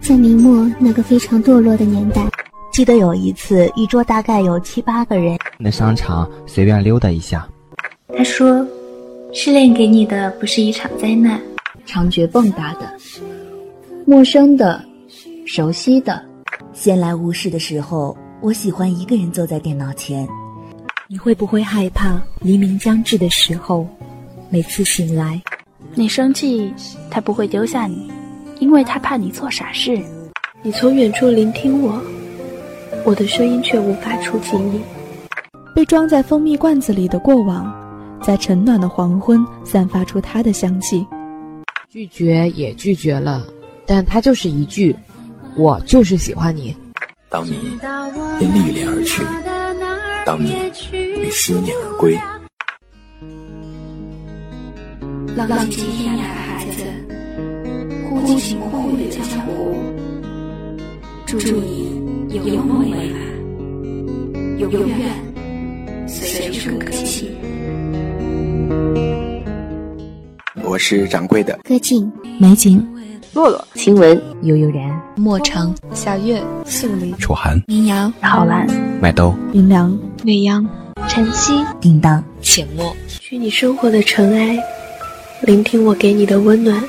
在明末那个非常堕落的年代， 记得有一次，一桌大概有7、8个人， 那商场随便溜达一下。 他说，失恋给你的不是一场灾难， 长觉蹦跶的，陌生的，熟悉的。 闲来无事的时候，我喜欢一个人坐在电脑前。 你会不会害怕黎明将至的时候，每次醒来， 你生气，他不会丢下你，因为他怕你做傻事。 你从远处聆听我，我的声音却无法触及你。 被装在蜂蜜罐子里的过往，在晨暖的黄昏散发出它的香气。 拒绝也拒绝了，但它就是一句，我就是喜欢你。 当你因历练而去，当你与思念而归。 浪迹天涯的孩子，忽晴忽雨的江湖，祝你有梦未来，永远随处可栖。 我是掌柜的歌静、 美景、 洛洛、晴雯、 悠悠然、 莫成、 小月、素丽、 楚涵、 民谣、 郝兰、 麦兜、 云良、 未央、 晨曦、 叮当、 浅墨。 去你生活的尘埃，聆听我给你的温暖。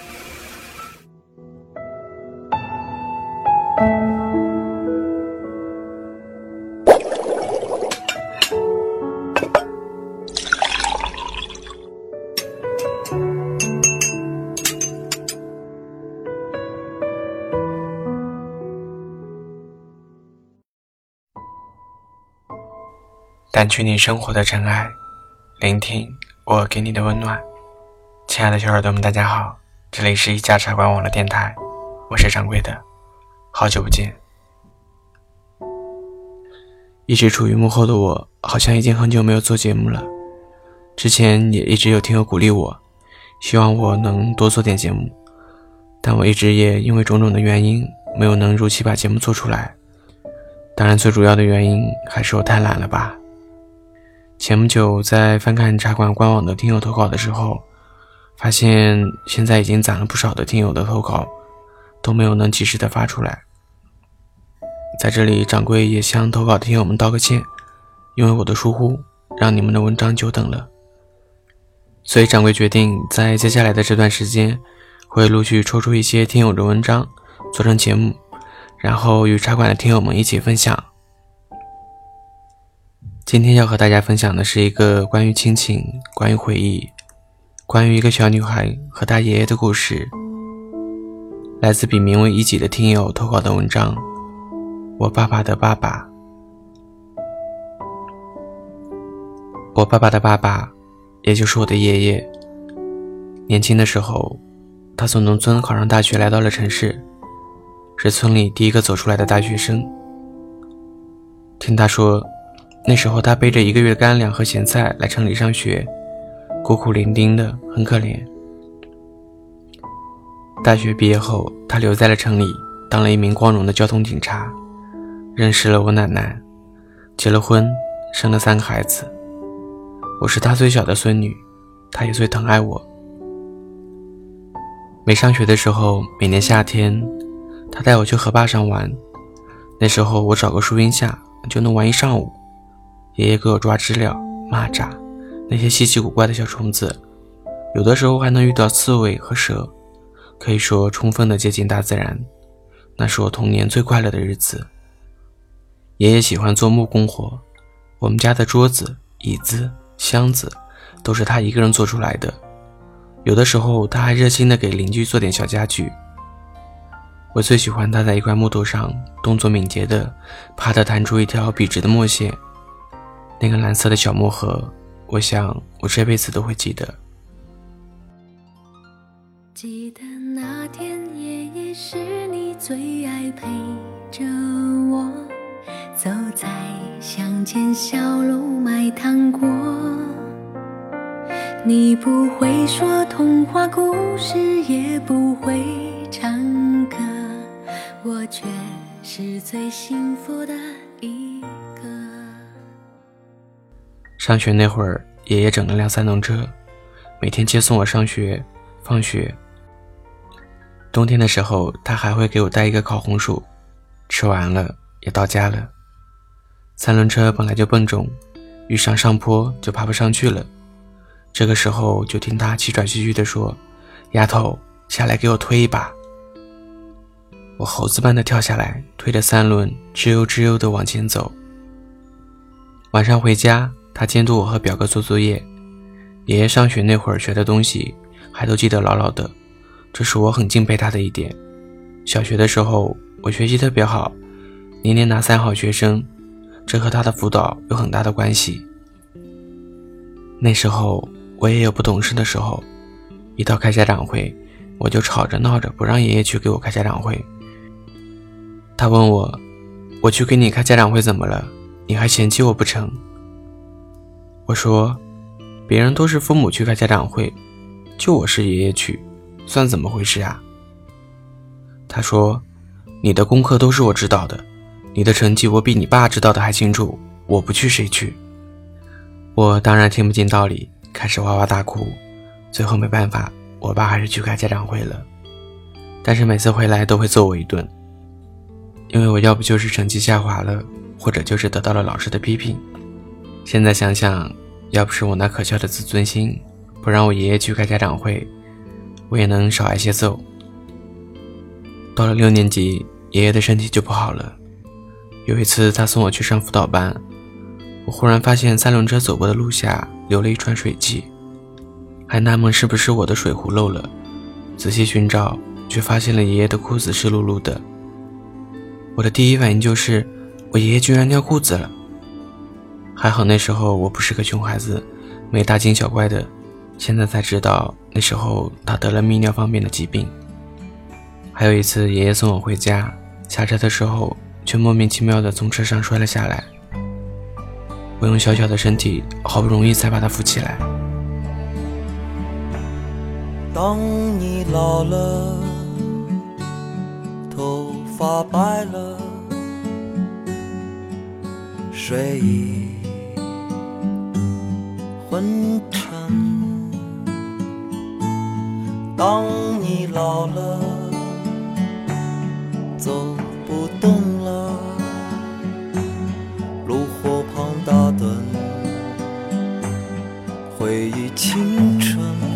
掸去你生活的尘埃，聆听我给你的温暖。亲爱的小耳朵们，大家好，这里是一家茶馆网络电台，我是掌柜的，好久不见。一直处于幕后的我，好像已经很久没有做节目了。之前也一直有听友鼓励我，希望我能多做点节目，但我一直也因为种种的原因，没有能如期把节目做出来。当然最主要的原因还是我太懒了吧。前不久在翻看茶馆官网的听友投稿的时候，发现现在已经攒了不少的听友的投稿，都没有能及时的发出来。在这里掌柜也向投稿的听友们道个歉，因为我的疏忽让你们的文章久等了。所以掌柜决定在接下来的这段时间，会陆续抽出一些听友的文章做成节目，然后与茶馆的听友们一起分享。今天要和大家分享的是一个关于亲情、关于回忆、关于一个小女孩和她爷爷的故事，来自笔名为一己的听友投稿的文章，我爸爸的爸爸。我爸爸的爸爸，也就是我的爷爷，年轻的时候，他从农村考上大学来到了城市，是村里第一个走出来的大学生。听他说，那时候他背着1个月的干粮和咸菜来城里上学，孤苦伶仃的，很可怜。大学毕业后，他留在了城里，当了一名光荣的交通警察，认识了我奶奶，结了婚，生了3个孩子。我是他最小的孙女，他也最疼爱我。没上学的时候，每年夏天，他带我去河坝上玩，那时候我找个树荫下就能玩一上午。爷爷给我抓知了、蚂蚱，那些稀奇古怪的小虫子，有的时候还能遇到刺猬和蛇，可以说充分的接近大自然。那是我童年最快乐的日子。爷爷喜欢做木工活，我们家的桌子、椅子、箱子都是他一个人做出来的，有的时候他还热心的给邻居做点小家具。我最喜欢他在一块木头上动作敏捷的啪地弹出一条笔直的墨线，那个蓝色的小墨盒，我想我这辈子都会记得。 记得那天爷爷是你最爱陪着我，走在乡间小路买糖果，你不会说童话故事，也不会唱歌，我却是最幸福的一个。 上学那会儿，爷爷整了辆3轮车，每天接送我上学、放学。 冬天的时候他还会给我带一个烤红薯，吃完了也到家了。三轮车本来就笨重，遇上上坡就爬不上去了，这个时候就听他气喘吁吁地说，丫头，下来给我推一把。我猴子般的跳下来，推着三轮吱悠吱悠地往前走。晚上回家，他监督我和表哥做作业，爷爷上学那会儿学的东西还都记得牢牢的，这是我很敬佩他的一点。小学的时候我学习特别好，年年拿3好学生，这和他的辅导有很大的关系。那时候我也有不懂事的时候，一到开家长会我就吵着闹着不让爷爷去给我开家长会。他问我去给你开家长会怎么了，你还嫌弃我不成？我说别人都是父母去开家长会，就我是爷爷去，算怎么回事啊？他说你的功课都是我知道的，你的成绩我比你爸知道的还清楚，我不去谁去？我当然听不进道理，开始哇哇大哭。最后没办法，我爸还是去开家长会了，但是每次回来都会揍我一顿，因为我要不就是成绩下滑了，或者就是得到了老师的批评。现在想想，要不是我那可笑的自尊心不让我爷爷去开家长会，我也能少挨些揍。到了6年级，爷爷的身体就不好了。有一次他送我去上辅导班，我忽然发现三轮车走过的路下流了一串水迹，还纳闷是不是我的水壶漏了，仔细寻找却发现了爷爷的裤子湿漉漉的。我的第一反应就是我爷爷居然尿裤子了。还好那时候我不是个穷孩子，没大惊小怪的，现在才知道那时候他得了泌尿方面的疾病。还有一次爷爷送我回家，下车的时候却莫名其妙地从车上摔了下来，我用小小的身体好不容易才把他扶起来。 当你老了，头发白了，睡意昏沉，当你老了，走不动了，炉火旁打盹，回忆青春。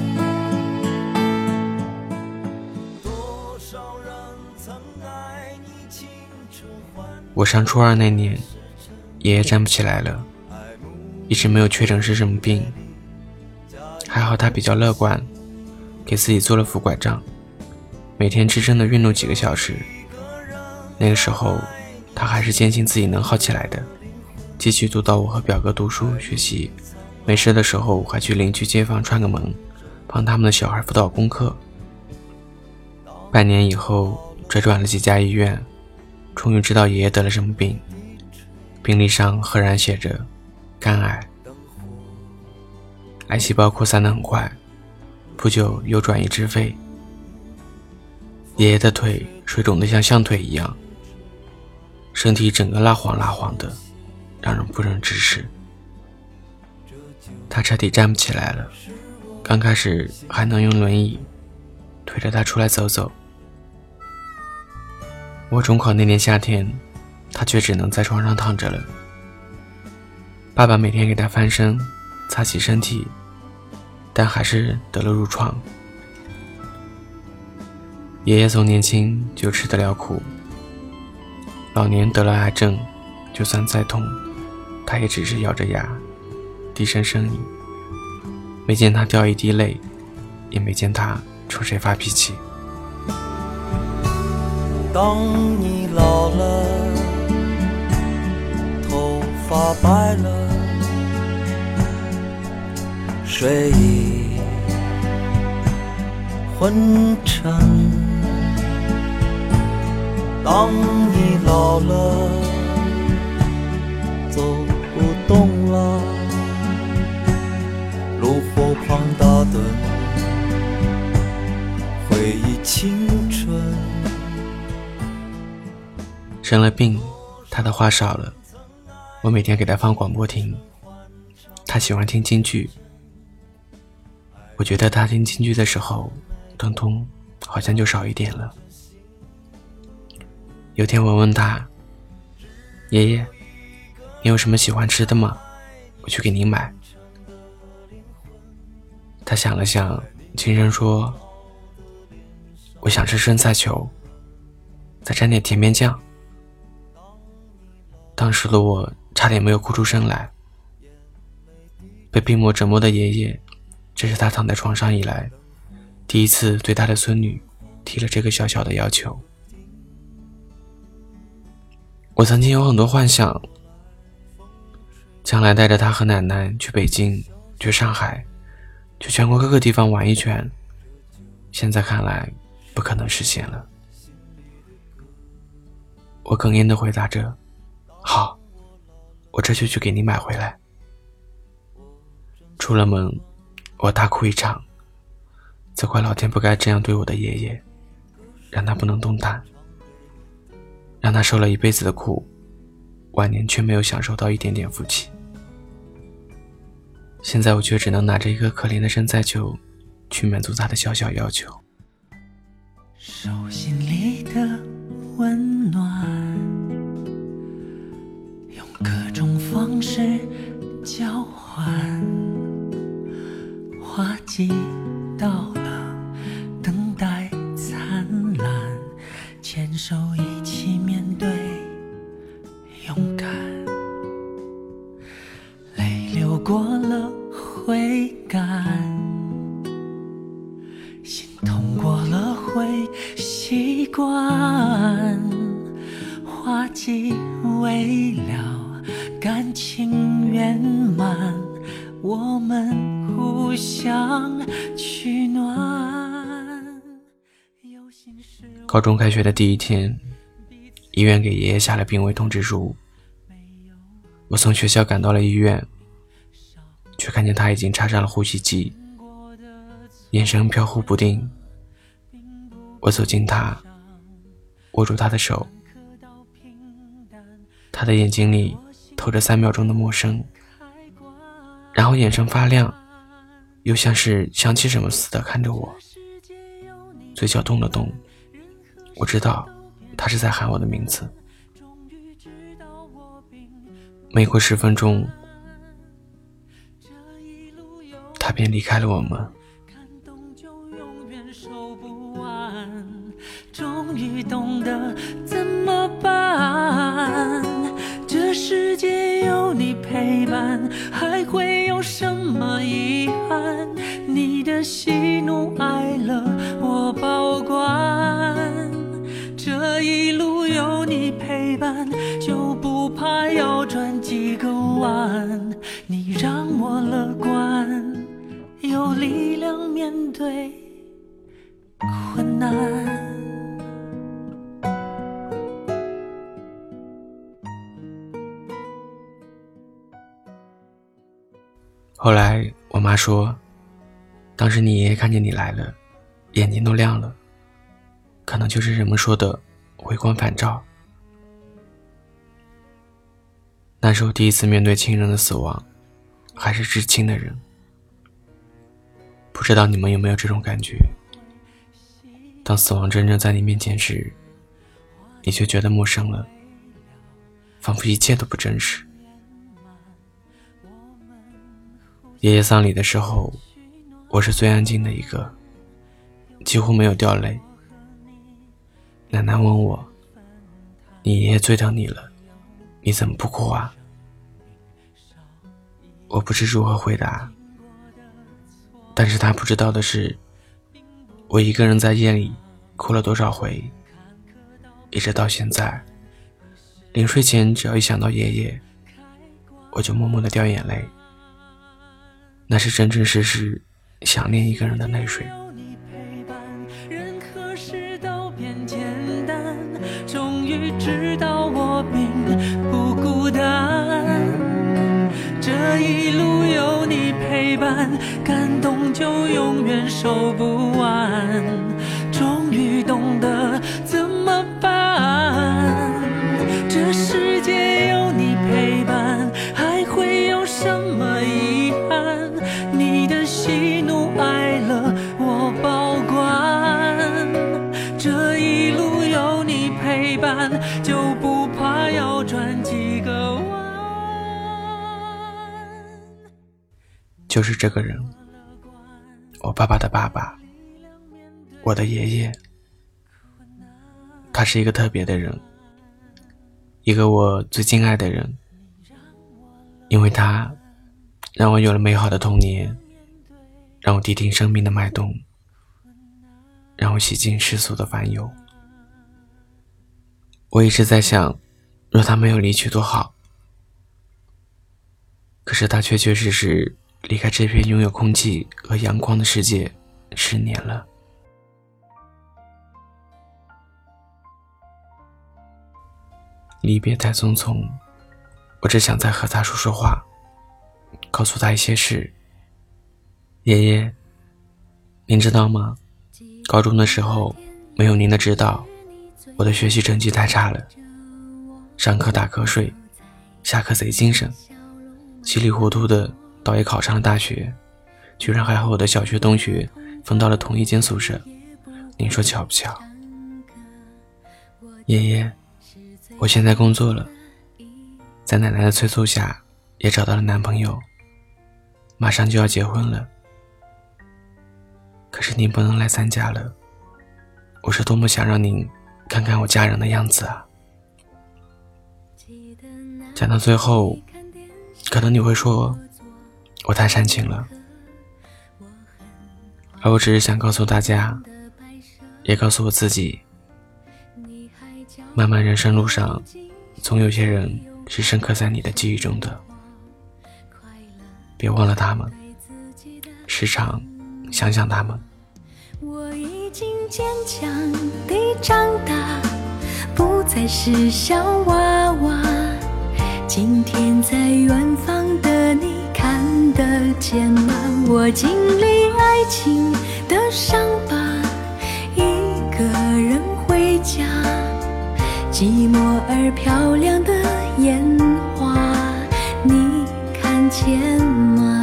我上初2那年，爷爷站不起来了，一直没有确诊是什么病。还好他比较乐观，给自己做了扶拐杖，每天支撑的运动几个小时。那个时候他还是坚信自己能好起来的，继续督导我和表哥读书学习，没事的时候还去邻居街坊串个门，帮他们的小孩辅导功课。半年以后辗转了几家医院，终于知道爷爷得了什么病，病历上赫然写着肝癌，癌细胞扩散得很快，不久又转移至肺。爷爷的腿水肿得像象腿一样，身体整个蜡黄蜡黄的，让人不忍直视。他彻底站不起来了，刚开始还能用轮椅推着他出来走走。我中考那年夏天，他却只能在床上躺着了。爸爸每天给他翻身擦洗身体，但还是得了褥疮。爷爷从年轻就吃得了苦，老年得了癌症，就算再痛，他也只是咬着牙低声呻吟，没见他掉一滴泪，也没见他冲谁发脾气。 当你老了，头发白了，睡意昏沉，当你老了，走不动了，炉火旁打盹，回忆青春。 生了病，他的话少了，我每天给他放广播听，他喜欢听京剧。我觉得他听京剧的时候，通通好像就少一点了。有天我问他，爷爷，你有什么喜欢吃的吗？我去给你买。他想了想，轻声说，我想吃生菜球，再沾点甜面酱。当时的我差点没有哭出声来。被病魔折磨的爷爷，这是他躺在床上以来第一次对他的孙女提了这个小小的要求。我曾经有很多幻想，将来带着他和奶奶去北京，去上海，去全国各个地方玩一圈，现在看来不可能实现了。我哽咽地回答着，好，我这就去给你买回来。出了门，我大哭一场，责怪老天不该这样对我的爷爷，让他不能动弹，让他受了一辈子的苦，晚年却没有享受到一点点福气。现在我却只能拿着一个可怜的生菜球去满足他的小小要求。 手心里的温暖，用各种方式交换，花季到了，等待灿烂，牵手一起面对，勇敢，泪流过了会干，心痛过了会习惯，花季未了，感情圆满，我们互相取暖。 高中开学的第一天，医院给爷爷下了病危通知书。我从学校赶到了医院，却看见他已经插上了呼吸机，眼神飘忽不定。我走近他，握住他的手，他的眼睛里透着3秒钟的陌生，然后眼神发亮，又像是想起什么似的看着我，嘴角动了动。我知道他是在喊我的名字。没过10分钟，他便离开了我们。 终于懂得怎么办，这世界有你陪伴，还会有什么遗憾？你的喜怒哀乐我保管，这一路有你陪伴，就不怕要转几个弯。你让我乐观，有力量面对困难。 后来我妈说，当时你爷爷看见你来了，眼睛都亮了，可能就是人们说的回光返照。那是我第一次面对亲人的死亡，还是至亲的人。不知道你们有没有这种感觉，当死亡真正在你面前时，你却觉得陌生了，仿佛一切都不真实。爷爷丧礼的时候，我是最安静的一个，几乎没有掉泪。奶奶问我，你爷爷最疼你了，你怎么不哭啊？我不知如何回答，但是他不知道的是，我一个人在夜里哭了多少回，一直到现在，临睡前只要一想到爷爷，我就默默地掉眼泪。那是真真实实想念一个人的泪水。 人和事都变简单，终于知道我并不孤单，这一路有你陪伴，感动就永远收不完，终于懂得怎么办，这世界有你陪伴，还会有什么遗憾？你的喜怒哀乐我保管， 就是这个人，我爸爸的爸爸，我的爷爷。他是一个特别的人，一个我最敬爱的人，因为他让我有了美好的童年，让我谛听生命的脉动，让我洗尽世俗的烦忧。我一直在想，若他没有离去多好，可是他确确实实离开这片拥有空气和阳光的世界10年了。离别太匆匆，我只想再和他说说话，告诉他一些事。爷爷，您知道吗？高中的时候没有您的指导，我的学习成绩太差了，上课打瞌睡，下课贼精神，稀里糊涂的倒也考上了大学，居然还和我的小学同学分到了同一间宿舍，您说巧不巧？爷爷，我现在工作了，在奶奶的催促下也找到了男朋友，马上就要结婚了。可是您不能来参加了，我是多么想让您看看我家人的样子啊。讲到最后，可能你会说我太煽情了，而我只是想告诉大家，也告诉我自己，漫漫人生路上，总有些人是深刻在你的记忆中的，别忘了他们，时常想想他们。 我已经坚强地长大，不再是小娃娃，今天在远方的你看得见吗？我经历爱情的伤疤，一个人回家，寂寞而漂亮的烟花，你看见吗？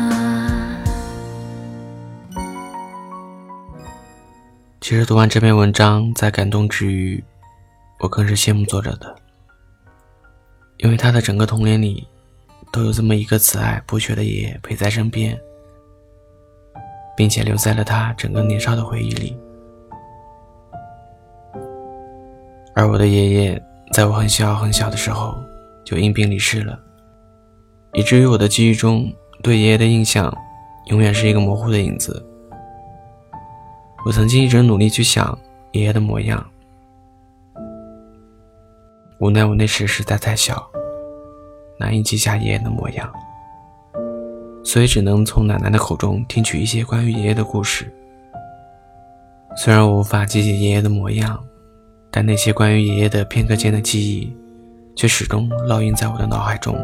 其实读完这篇文章，在感动之余，我更是羡慕作者的，因为他的整个童年里都有这么一个慈爱不缺的爷爷陪在身边，并且留在了他整个年少的回忆里。而我的爷爷在我很小很小的时候就因病离世了，以至于我的记忆中对爷爷的印象永远是一个模糊的影子。我曾经一直努力去想爷爷的模样，无奈我那时实在太小，难以记下爷爷的模样，所以只能从奶奶的口中听取一些关于爷爷的故事。虽然我无法记起爷爷的模样，但那些关于爷爷的片刻间的记忆却始终烙印在我的脑海中。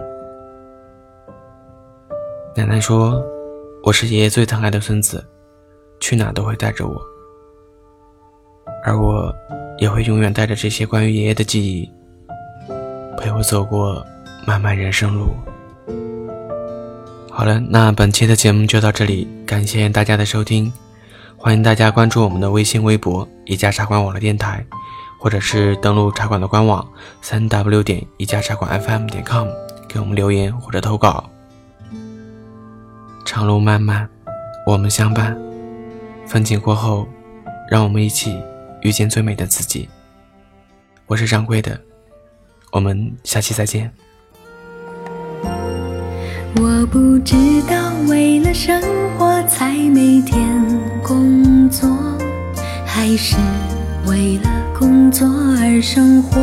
奶奶说，我是爷爷最疼爱的孙子，去哪都会带着我，而我也会永远带着这些关于爷爷的记忆，陪我走过漫漫人生路。好了，那本期的节目就到这里，感谢大家的收听，欢迎大家关注我们的微信微博一家茶馆网络电台，或者是登录茶馆的官网 3w 一家茶馆 fm.com 给我们留言或者投稿。长路漫漫，我们相伴，风景过后，让我们一起遇见最美的自己。我是掌柜的，我们下期再见。 我不知道为了生活才每天工作，还是为了工作而生活。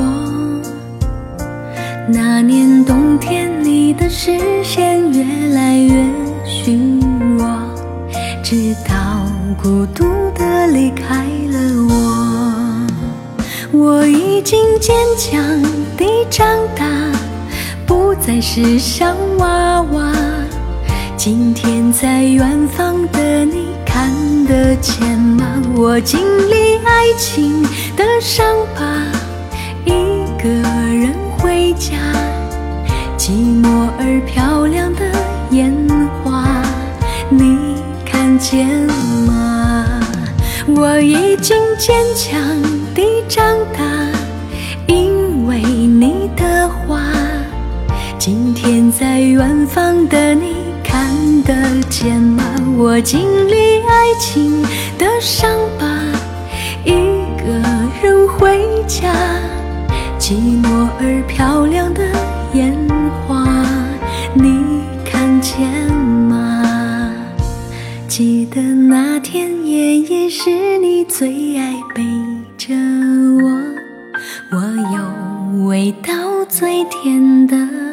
那年冬天你的视线越来越虚弱，直到孤独地离开了我。我已经坚强地长大，不再是小娃娃，今天在远方的你看得见吗？我经历爱情的伤疤，一个人回家，寂寞而漂亮的烟花，你看见吗？我已经坚强地长大，因为你的话，今天在远方的你看看得见吗？我经历爱情的伤疤，一个人回家，寂寞而漂亮的烟花，你看见吗？记得那天夜夜是你最爱背着我，我有味道最甜的